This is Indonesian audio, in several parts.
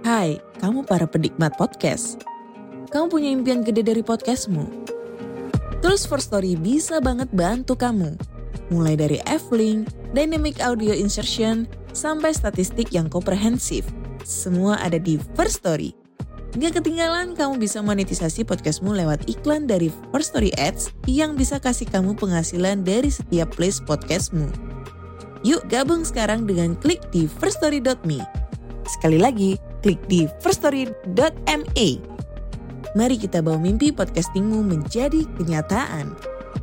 Hai, kamu para penikmat podcast. Kamu punya impian gede dari podcastmu? Terus First Story bisa banget bantu kamu. Mulai dari F-Link, Dynamic Audio Insertion, sampai statistik yang komprehensif. Semua ada di First Story. Gak ketinggalan kamu bisa monetisasi podcastmu lewat iklan dari First Story Ads yang bisa kasih kamu penghasilan dari setiap place podcastmu. Yuk gabung sekarang dengan klik di firststory.me. Sekali lagi, klik di firststory.me. Mari kita bawa mimpi podcastingmu menjadi kenyataan.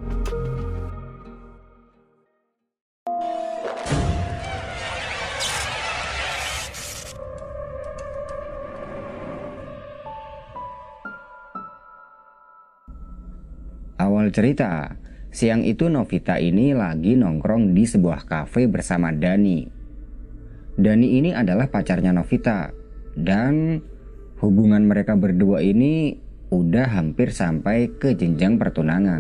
Awal cerita, siang itu Novita ini lagi nongkrong di sebuah kafe bersama Dani. Dani ini adalah pacarnya Novita dan hubungan mereka berdua ini udah hampir sampai ke jenjang pertunangan.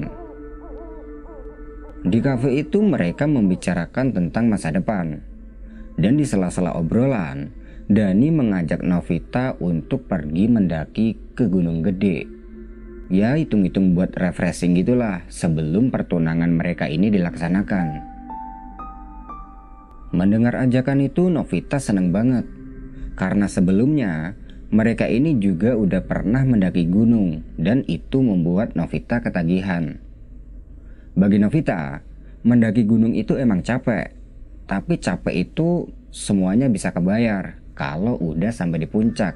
Di kafe itu mereka membicarakan tentang masa depan. Dan di sela-sela obrolan, Dani mengajak Novita untuk pergi mendaki ke Gunung Gede. Ya hitung-hitung buat refreshing gitulah sebelum pertunangan mereka ini dilaksanakan. Mendengar ajakan itu Novita seneng banget. Karena sebelumnya mereka ini juga udah pernah mendaki gunung dan itu membuat Novita ketagihan. Bagi Novita, mendaki gunung itu emang capek. Tapi capek itu semuanya bisa kebayar kalau udah sampai di puncak.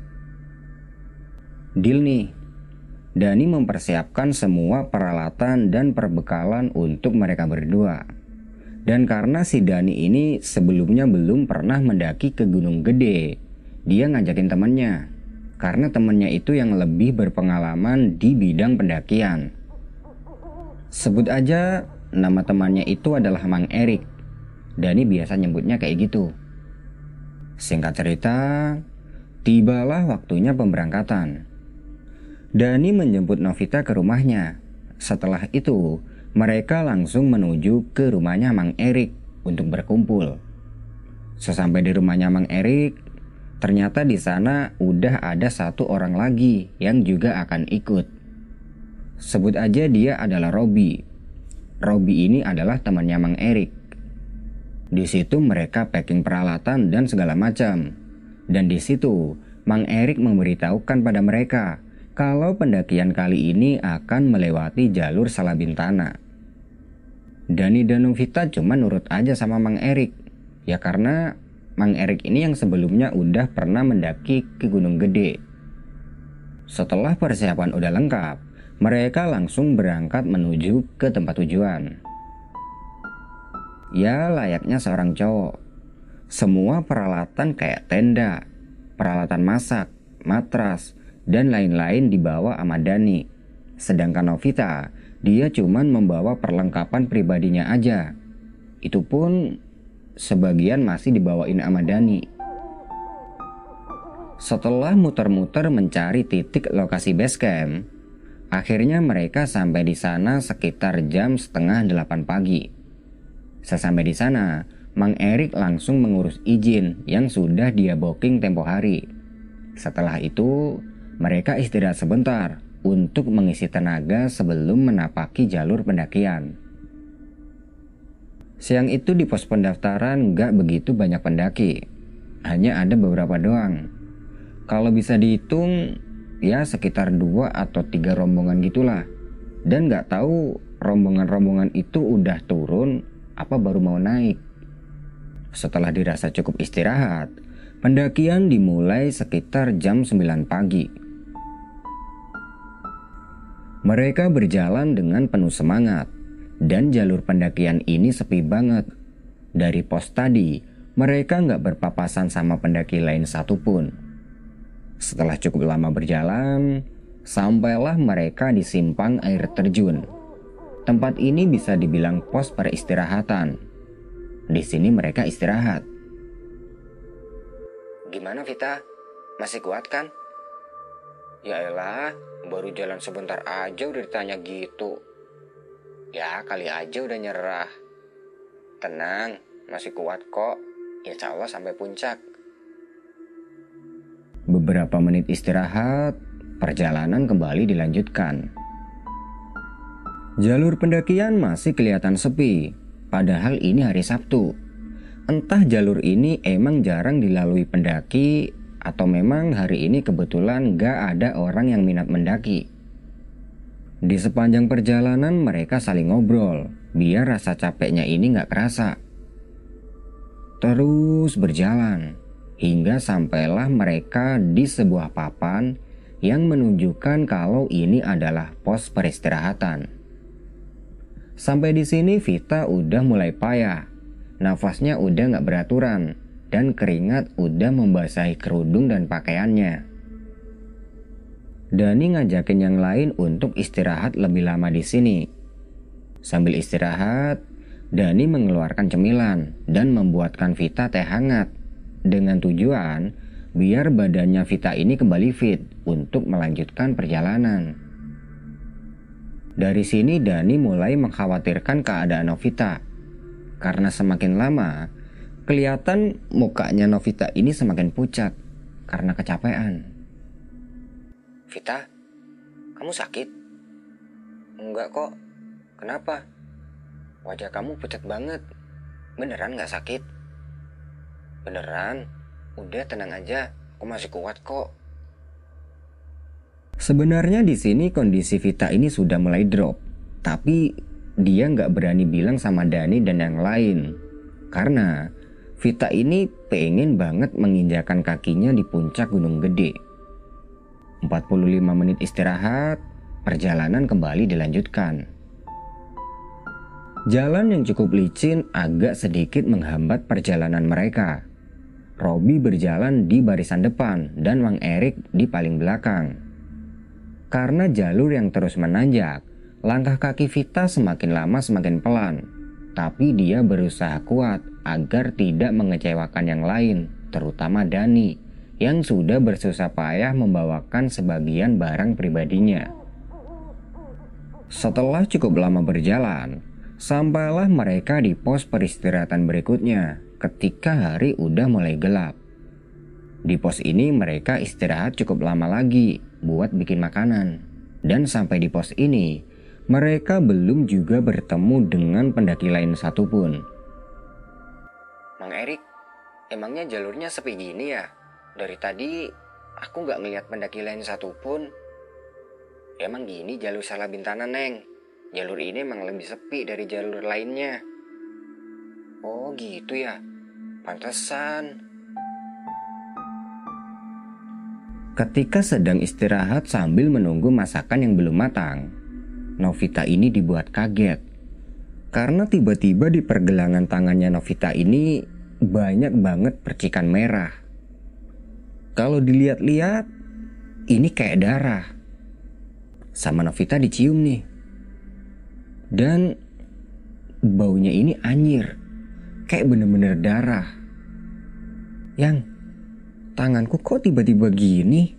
Deal nih. Dani mempersiapkan semua peralatan dan perbekalan untuk mereka berdua. Dan karena si Dani ini sebelumnya belum pernah mendaki ke Gunung Gede, dia ngajakin temannya. Karena temannya itu yang lebih berpengalaman di bidang pendakian. Sebut aja nama temannya itu adalah Mang Erik. Dani biasa nyebutnya kayak gitu. Singkat cerita, tibalah waktunya pemberangkatan. Dani menjemput Novita ke rumahnya. Setelah itu, mereka langsung menuju ke rumahnya Mang Erik untuk berkumpul. Sesampai di rumahnya Mang Erik, ternyata di sana udah ada satu orang lagi yang juga akan ikut. Sebut aja dia adalah Robi. Robi ini adalah temannya Mang Erik. Di situ mereka packing peralatan dan segala macam. Dan di situ Mang Erik memberitahukan pada mereka kalau pendakian kali ini akan melewati jalur Salabintana. Dani dan Novita cuma nurut aja sama Mang Erik. Ya karena Mang Erik ini yang sebelumnya udah pernah mendaki ke Gunung Gede. Setelah persiapan udah lengkap, mereka langsung berangkat menuju ke tempat tujuan. Ya layaknya seorang cowok. Semua peralatan kayak tenda, peralatan masak, matras, dan lain-lain dibawa sama Dani. Sedangkan Novita, dia cuman membawa perlengkapan pribadinya aja. Itu pun sebagian masih dibawain sama Dani. Setelah muter-muter mencari titik lokasi base camp, akhirnya mereka sampai di sana sekitar jam 7:30 pagi. Sesampai di sana, Mang Erik langsung mengurus izin yang sudah dia booking tempo hari. Setelah itu, mereka istirahat sebentar untuk mengisi tenaga sebelum menapaki jalur pendakian. Siang itu di pos pendaftaran gak begitu banyak pendaki. Hanya ada beberapa doang. Kalau bisa dihitung, ya sekitar 2 atau 3 rombongan gitulah. Dan gak tahu rombongan-rombongan itu udah turun apa baru mau naik. Setelah dirasa cukup istirahat, pendakian dimulai sekitar jam 9 pagi. Mereka berjalan dengan penuh semangat, dan jalur pendakian ini sepi banget. Dari pos tadi, mereka nggak berpapasan sama pendaki lain satupun. Setelah cukup lama berjalan, sampailah mereka di simpang air terjun. Tempat ini bisa dibilang pos peristirahatan. Di sini mereka istirahat. Gimana Vita? Masih kuat kan? Ya elah, baru jalan sebentar aja udah ditanya gitu. Ya kali aja udah nyerah. Tenang, masih kuat kok. Insya Allah sampai puncak. beberapa menit istirahat, perjalanan kembali dilanjutkan. Jalur pendakian masih kelihatan sepi, padahal ini hari Sabtu. Entah jalur ini emang jarang dilalui pendaki atau memang hari ini kebetulan gak ada orang yang minat mendaki. Di sepanjang perjalanan mereka saling ngobrol, biar rasa capeknya ini gak kerasa. Terus berjalan, hingga sampailah mereka di sebuah papan yang menunjukkan kalau ini adalah pos peristirahatan. Sampai di sini Vita udah mulai payah, nafasnya udah gak beraturan, dan keringat udah membasahi kerudung dan pakaiannya. Dani ngajakin yang lain untuk istirahat lebih lama di sini. Sambil istirahat, Dani mengeluarkan cemilan dan membuatkan Vita teh hangat dengan tujuan biar badannya Vita ini kembali fit untuk melanjutkan perjalanan. Dari sini Dani mulai mengkhawatirkan keadaan Novita, karena semakin lama kelihatan mukanya Novita ini semakin pucat karena kecapean. Vita, kamu sakit? Enggak kok. Kenapa? Wajah kamu pucat banget. Beneran gak sakit? Beneran? Udah tenang aja, aku masih kuat kok. Sebenarnya di sini kondisi Vita ini sudah mulai drop, tapi dia nggak berani bilang sama Dani dan yang lain, karena Vita ini pengen banget menginjakan kakinya di puncak Gunung Gede. 45 menit istirahat, perjalanan kembali dilanjutkan. Jalan yang cukup licin agak sedikit menghambat perjalanan mereka. Robi berjalan di barisan depan dan Mang Erik di paling belakang. Karena jalur yang terus menanjak, langkah kaki Vita semakin lama semakin pelan. Tapi dia berusaha kuat agar tidak mengecewakan yang lain, terutama Dani, yang sudah bersusah payah membawakan sebagian barang pribadinya. Setelah cukup lama berjalan, sampailah mereka di pos peristirahatan berikutnya ketika hari udah mulai gelap. Di pos ini mereka istirahat cukup lama lagi buat bikin makanan. Dan sampai di pos ini, mereka belum juga bertemu dengan pendaki lain satupun. Mang Erik, emangnya jalurnya sepi gini ya? Dari tadi aku gak ngeliat pendaki lain satupun. Emang gini jalur Salabintana, Neng? Jalur ini emang lebih sepi dari jalur lainnya. Oh gitu ya, pantesan. Ketika sedang istirahat sambil menunggu masakan yang belum matang, Novita ini dibuat kaget. Karena tiba-tiba di pergelangan tangannya Novita ini banyak banget percikan merah. Kalau dilihat-lihat, ini kayak darah. Sama Novita dicium nih. Dan baunya ini anyir. Kayak bener-bener darah. Yang, tanganku kok tiba-tiba gini?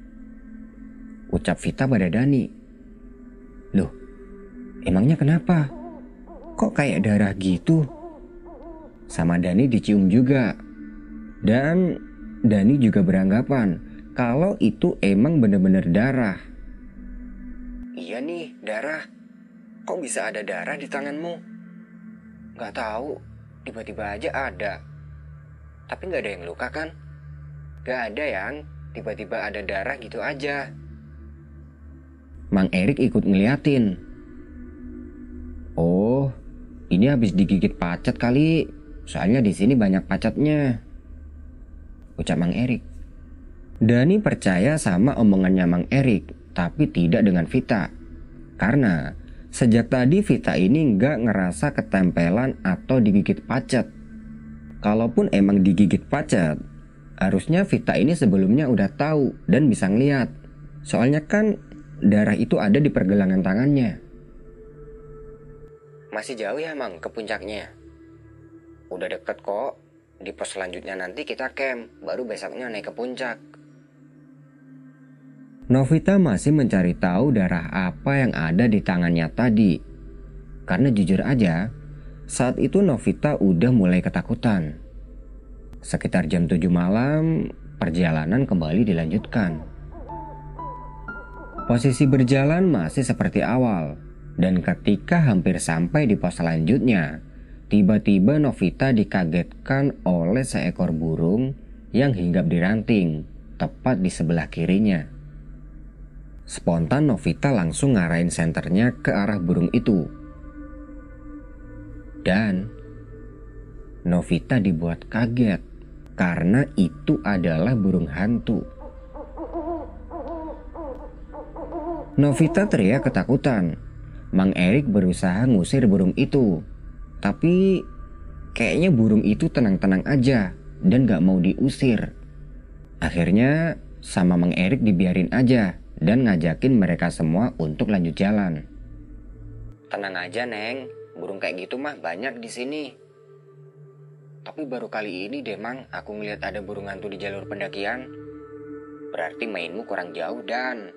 Ucap Vita pada Dani. Loh, emangnya kenapa? Kok kayak darah gitu? Sama Dani dicium juga. Dan Dani juga beranggapan kalau itu emang bener-bener darah. Iya nih, darah. Kok bisa ada darah di tanganmu? Gak tahu, tiba-tiba aja ada. Tapi gak ada yang luka kan? Gak ada yang tiba-tiba ada darah gitu aja. Mang Erik ikut ngeliatin. Oh, ini habis digigit pacat kali. Soalnya di sini banyak pacatnya, ucap Mang Erik. Dani percaya sama omongannya Mang Erik, tapi tidak dengan Vita. Karena sejak tadi Vita ini nggak ngerasa ketempelan atau digigit pacat. Kalaupun emang digigit pacat, harusnya Vita ini sebelumnya udah tahu dan bisa ngeliat. Soalnya kan darah itu ada di pergelangan tangannya. Masih jauh ya Mang ke puncaknya? Udah deket kok. Di pos selanjutnya nanti kita camp, baru besoknya naik ke puncak. Novita masih mencari tahu darah apa yang ada di tangannya tadi. Karena jujur aja, saat itu Novita udah mulai ketakutan. Sekitar jam 7 malam, perjalanan kembali dilanjutkan. Posisi berjalan masih seperti awal, dan ketika hampir sampai di pos selanjutnya, tiba-tiba Novita dikagetkan oleh seekor burung yang hinggap di ranting, tepat di sebelah kirinya. Spontan Novita langsung ngarahin senternya ke arah burung itu. Dan Novita dibuat kaget karena itu adalah burung hantu. Novita teriak ketakutan. Mang Erik berusaha ngusir burung itu, tapi kayaknya burung itu tenang-tenang aja dan gak mau diusir. Akhirnya sama Mang Erik dibiarin aja dan ngajakin mereka semua untuk lanjut jalan. Tenang aja, Neng. Burung kayak gitu mah banyak di sini. Tapi baru kali ini deh, Mang, aku ngeliat ada burung hantu di jalur pendakian. Berarti mainmu kurang jauh, Dan.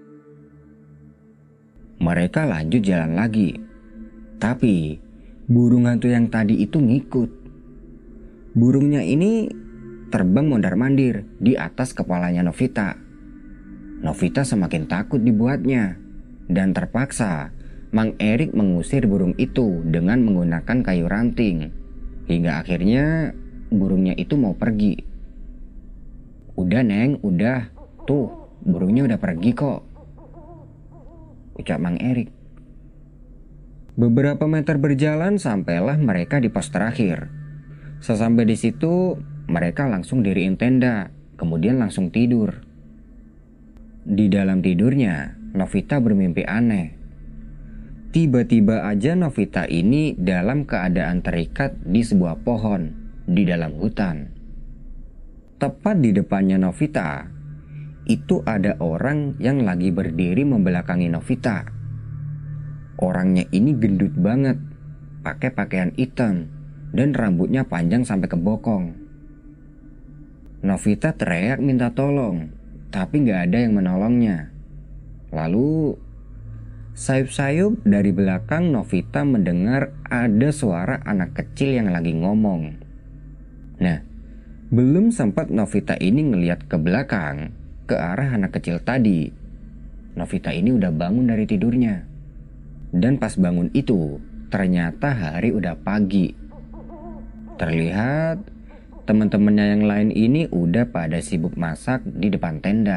Mereka lanjut jalan lagi. Tapi burung hantu yang tadi itu ngikut. Burungnya ini terbang mondar-mandir di atas kepalanya Novita. Novita semakin takut dibuatnya, dan terpaksa Mang Erik mengusir burung itu dengan menggunakan kayu ranting, hingga akhirnya burungnya itu mau pergi. "Udah Neng, udah. Tuh, burungnya udah pergi kok," ucap Mang Erik. Beberapa meter berjalan sampailah mereka di pos terakhir. Sesampai di situ, mereka langsung diriin tenda, kemudian langsung tidur. Di dalam tidurnya, Novita bermimpi aneh. Tiba-tiba aja Novita ini dalam keadaan terikat di sebuah pohon di dalam hutan. Tepat di depannya Novita, itu ada orang yang lagi berdiri membelakangi Novita. Orangnya ini gendut banget, pakai pakaian hitam, dan rambutnya panjang sampai ke bokong. Novita teriak minta tolong, tapi gak ada yang menolongnya. Lalu sayup-sayup dari belakang Novita mendengar ada suara anak kecil yang lagi ngomong. Nah, belum sempat Novita ini ngeliat ke belakang, ke arah anak kecil tadi, Novita ini udah bangun dari tidurnya. Dan pas bangun itu, ternyata hari udah pagi. Terlihat teman-temannya yang lain ini udah pada sibuk masak di depan tenda.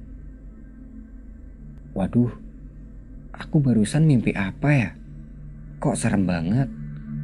Waduh, aku barusan mimpi apa ya? Kok serem banget?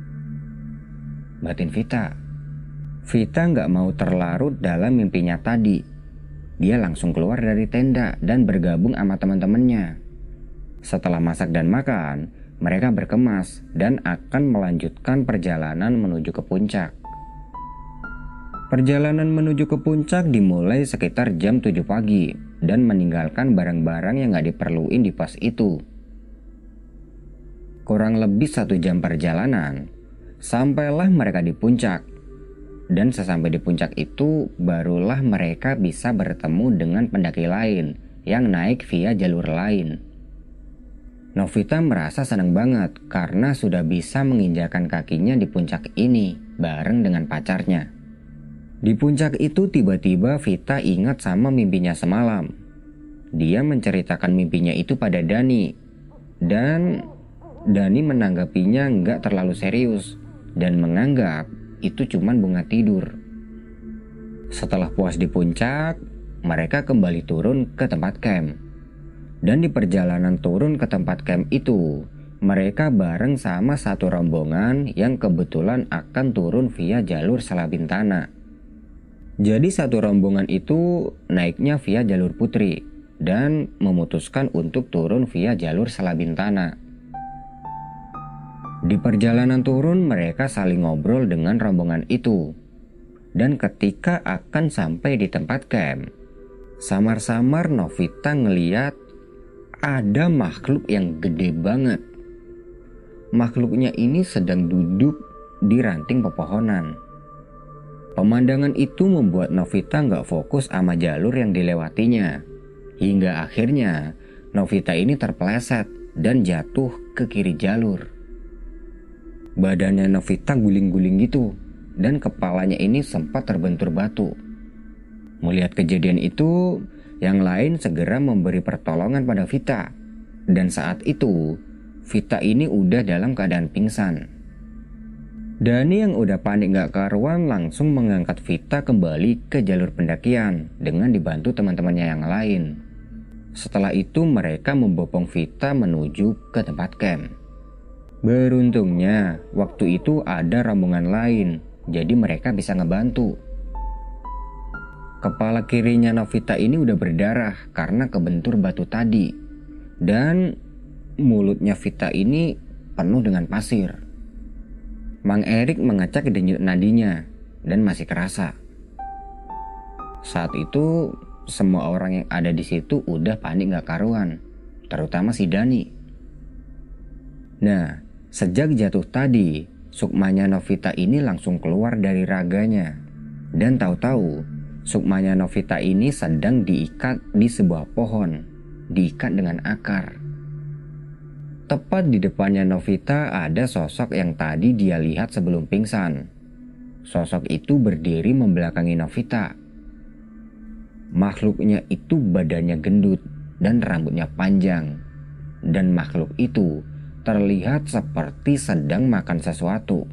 Batin Vita. Vita gak mau terlarut dalam mimpinya tadi. Dia langsung keluar dari tenda dan bergabung sama teman-temannya. Setelah masak dan makan, mereka berkemas dan akan melanjutkan perjalanan menuju ke puncak. Perjalanan menuju ke puncak dimulai sekitar jam 7 pagi dan meninggalkan barang-barang yang gak diperluin di pos itu. Kurang lebih 1 jam perjalanan, sampailah mereka di puncak. Dan sesampai di puncak itu, barulah mereka bisa bertemu dengan pendaki lain yang naik via jalur lain. Novita merasa senang banget karena sudah bisa menginjakan kakinya di puncak ini bareng dengan pacarnya. Di puncak itu tiba-tiba Vita ingat sama mimpinya semalam. Dia menceritakan mimpinya itu pada Dani. Dan Dani menanggapinya nggak terlalu serius dan menganggap itu cuman bunga tidur. Setelah puas di puncak, mereka kembali turun ke tempat camp. Dan di perjalanan turun ke tempat camp itu, mereka bareng sama satu rombongan yang kebetulan akan turun via jalur Salabintana. Jadi satu rombongan itu naiknya via jalur Putri dan memutuskan untuk turun via jalur Salabintana. Di perjalanan turun mereka saling ngobrol dengan rombongan itu. Dan ketika akan sampai di tempat camp, samar-samar Novita ngeliat ada makhluk yang gede banget. Makhluknya ini sedang duduk di ranting pepohonan. Pemandangan itu membuat Novita gak fokus sama jalur yang dilewatinya. Hingga akhirnya Novita ini terpeleset dan jatuh ke kiri jalur. Badannya Novita guling-guling gitu dan kepalanya ini sempat terbentur batu. Melihat kejadian itu, yang lain segera memberi pertolongan pada Vita. Dan saat itu, Vita ini udah dalam keadaan pingsan. Dani yang udah panik gak karuan langsung mengangkat Vita kembali ke jalur pendakian dengan dibantu teman-temannya yang lain. Setelah itu mereka membopong Vita menuju ke tempat camp. Beruntungnya waktu itu ada rombongan lain, jadi mereka bisa ngebantu. Kepala kirinya Novita ini udah berdarah karena kebentur batu tadi. Dan mulutnya Vita ini penuh dengan pasir. Mang Erik mengecek denyut nadinya dan masih kerasa. Saat itu semua orang yang ada di situ udah panik gak karuan, terutama si Dani. Nah, sejak jatuh tadi, sukmanya Novita ini langsung keluar dari raganya. Dan tahu-tahu, sukmanya Novita ini sedang diikat di sebuah pohon, diikat dengan akar. Tepat di depannya Novita ada sosok yang tadi dia lihat sebelum pingsan. Sosok itu berdiri membelakangi Novita. Makhluknya itu badannya gendut dan rambutnya panjang. Dan makhluk itu terlihat seperti sedang makan sesuatu.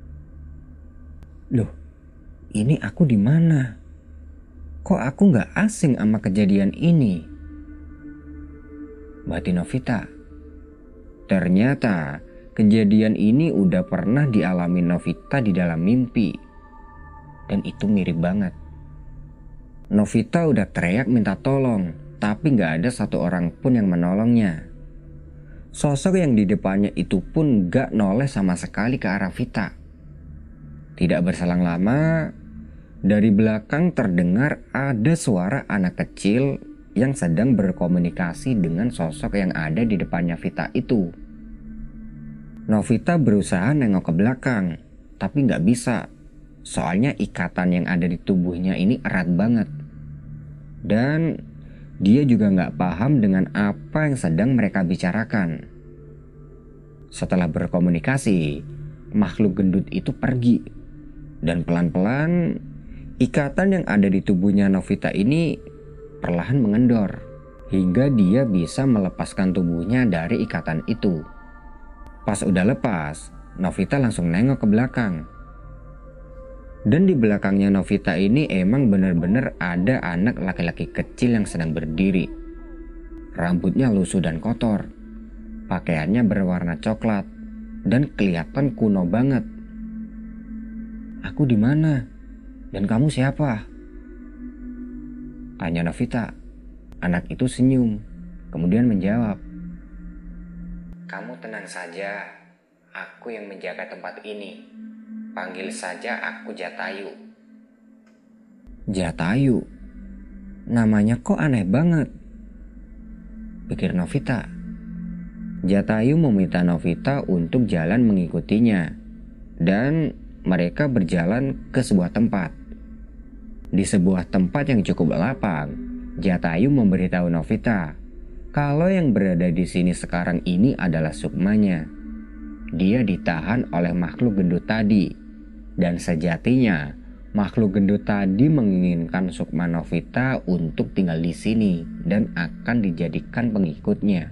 Loh, ini aku di mana? Kok aku gak asing sama kejadian ini? Batin Novita. Ternyata kejadian ini udah pernah dialami Novita di dalam mimpi. Dan itu mirip banget. Novita udah teriak minta tolong, tapi gak ada satu orang pun yang menolongnya. Sosok yang di depannya itu pun gak noleh sama sekali ke arah Vita. Tidak berselang lama, dari belakang terdengar ada suara anak kecil yang sedang berkomunikasi dengan sosok yang ada di depannya Vita itu. Novita berusaha nengok ke belakang, tapi gak bisa. Soalnya ikatan yang ada di tubuhnya ini erat banget. Dan dia juga gak paham dengan apa yang sedang mereka bicarakan. Setelah berkomunikasi, makhluk gendut itu pergi. Dan pelan-pelan, ikatan yang ada di tubuhnya Novita ini perlahan mengendor. Hingga dia bisa melepaskan tubuhnya dari ikatan itu. Pas udah lepas, Novita langsung nengok ke belakang. Dan di belakangnya Novita ini emang benar-benar ada anak laki-laki kecil yang sedang berdiri. Rambutnya lusuh dan kotor. Pakaiannya berwarna coklat dan kelihatan kuno banget. Aku di mana? Dan kamu siapa? Tanya Novita. Anak itu senyum, kemudian menjawab. Kamu tenang saja, aku yang menjaga tempat ini. Panggil saja aku Jatayu. Jatayu? Namanya kok aneh banget? Pikir Novita. Jatayu meminta Novita untuk jalan mengikutinya. Dan mereka berjalan ke sebuah tempat. Di sebuah tempat yang cukup lapang, Jatayu memberitahu Novita kalau yang berada di sini sekarang ini adalah sukmanya. Dia ditahan oleh makhluk gendut tadi. Dan sejatinya, makhluk gendut tadi menginginkan sukma Novita untuk tinggal di sini dan akan dijadikan pengikutnya.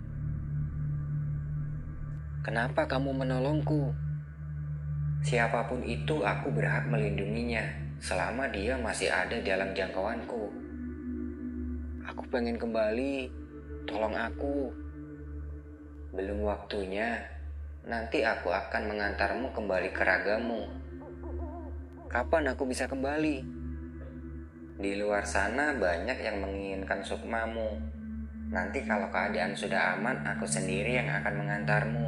Kenapa kamu menolongku? Siapapun itu aku berhak melindunginya selama dia masih ada dalam jangkauanku. Aku pengen kembali. Tolong aku. Belum waktunya. Nanti aku akan mengantarmu kembali ke ragamu. Kapan aku bisa kembali? Di luar sana banyak yang menginginkan sukmamu. Nanti kalau keadaan sudah aman, aku sendiri yang akan mengantarmu.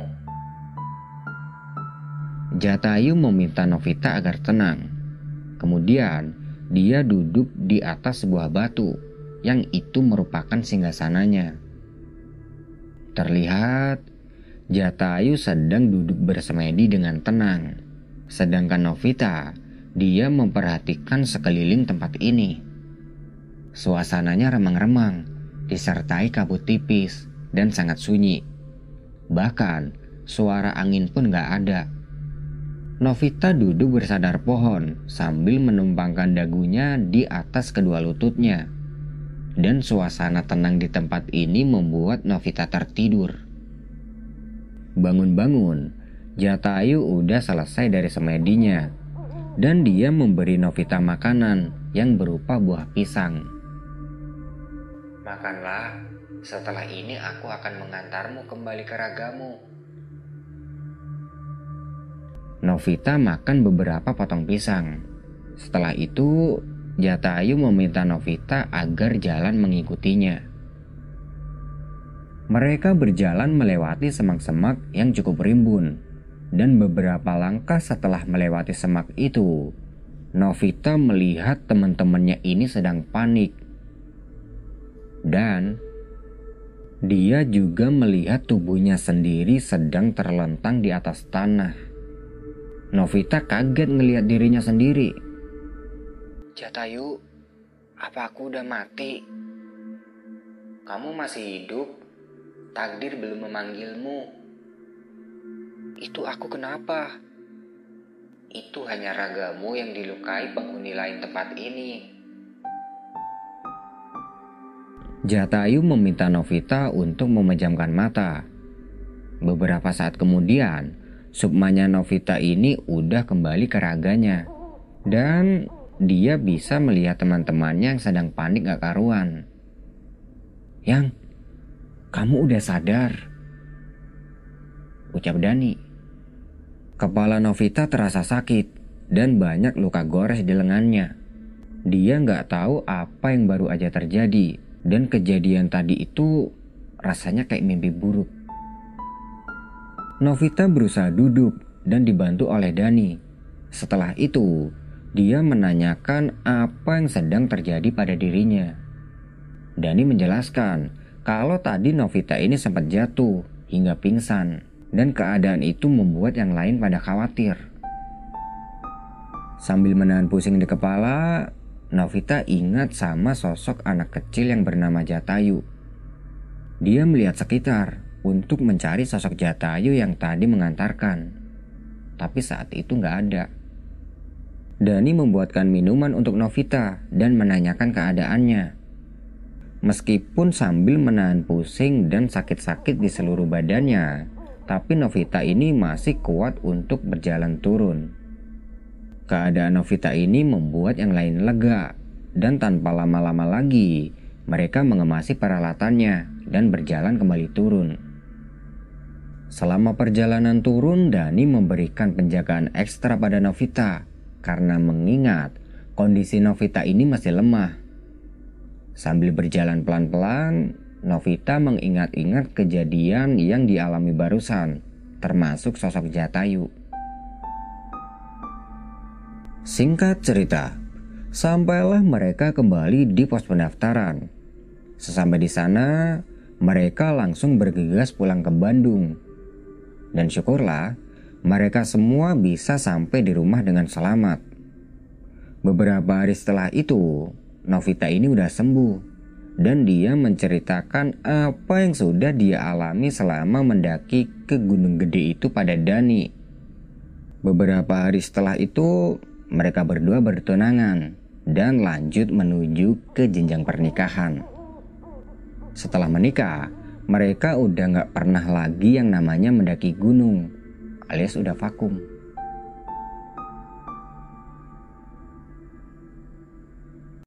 Jatayu meminta Novita agar tenang. Kemudian dia duduk di atas sebuah batu yang itu merupakan singgasananya. Terlihat Jatayu sedang duduk bersemedi dengan tenang. Sedangkan Novita, dia memperhatikan sekeliling tempat ini. Suasananya remang-remang, disertai kabut tipis dan sangat sunyi. Bahkan suara angin pun gak ada. Novita duduk bersandar pohon sambil menumpangkan dagunya di atas kedua lututnya. Dan suasana tenang di tempat ini membuat Novita tertidur. Bangun-bangun, Jatayu udah selesai dari semedinya. Dan dia memberi Novita makanan yang berupa buah pisang. Makanlah, setelah ini aku akan mengantarmu kembali ke ragamu. Novita makan beberapa potong pisang. Setelah itu, Jatayu meminta Novita agar jalan mengikutinya. Mereka berjalan melewati semak-semak yang cukup rimbun. Dan beberapa langkah setelah melewati semak itu, Novita melihat teman-temannya ini sedang panik. Dan dia juga melihat tubuhnya sendiri sedang terlentang di atas tanah. Novita kaget ngelihat dirinya sendiri. Jatayu, apa aku udah mati? Kamu masih hidup? Takdir belum memanggilmu. Itu aku kenapa? Itu hanya ragamu yang dilukai penghuni lain tempat ini. Jatayu meminta Novita untuk memejamkan mata. Beberapa saat kemudian, sukmanya Novita ini udah kembali ke raganya. Dan dia bisa melihat teman-temannya yang sedang panik gak karuan. "Yang, kamu udah sadar?" ucap Dani. Kepala Novita terasa sakit dan banyak luka gores di lengannya. Dia gak tahu apa yang baru aja terjadi. Dan kejadian tadi itu rasanya kayak mimpi buruk. Novita berusaha duduk dan dibantu oleh Dani. Setelah itu, dia menanyakan apa yang sedang terjadi pada dirinya. Dani menjelaskan kalau tadi Novita ini sempat jatuh hingga pingsan. Dan keadaan itu membuat yang lain pada khawatir. Sambil menahan pusing di kepala, Novita ingat sama sosok anak kecil yang bernama Jatayu. Dia melihat sekitar untuk mencari sosok Jatayu yang tadi mengantarkan. Tapi saat itu gak ada. Dani membuatkan minuman untuk Novita dan menanyakan keadaannya. Meskipun sambil menahan pusing dan sakit-sakit di seluruh badannya, tapi Novita ini masih kuat untuk berjalan turun. Keadaan Novita ini membuat yang lain lega, dan tanpa lama-lama lagi, mereka mengemasi peralatannya dan berjalan kembali turun. Selama perjalanan turun, Dani memberikan penjagaan ekstra pada Novita, karena mengingat kondisi Novita ini masih lemah. Sambil berjalan pelan-pelan, Novita mengingat-ingat kejadian yang dialami barusan, termasuk sosok Jatayu. Singkat cerita, sampailah mereka kembali di pos pendaftaran. Sesampai di sana, mereka langsung bergegas pulang ke Bandung. Dan syukurlah, mereka semua bisa sampai di rumah dengan selamat. Beberapa hari setelah itu, Novita ini udah sembuh. Dan dia menceritakan apa yang sudah dia alami selama mendaki ke Gunung Gede itu pada Dani. Beberapa hari setelah itu, mereka berdua bertunangan dan lanjut menuju ke jenjang pernikahan. Setelah menikah, mereka udah gak pernah lagi yang namanya mendaki gunung, alias udah vakum.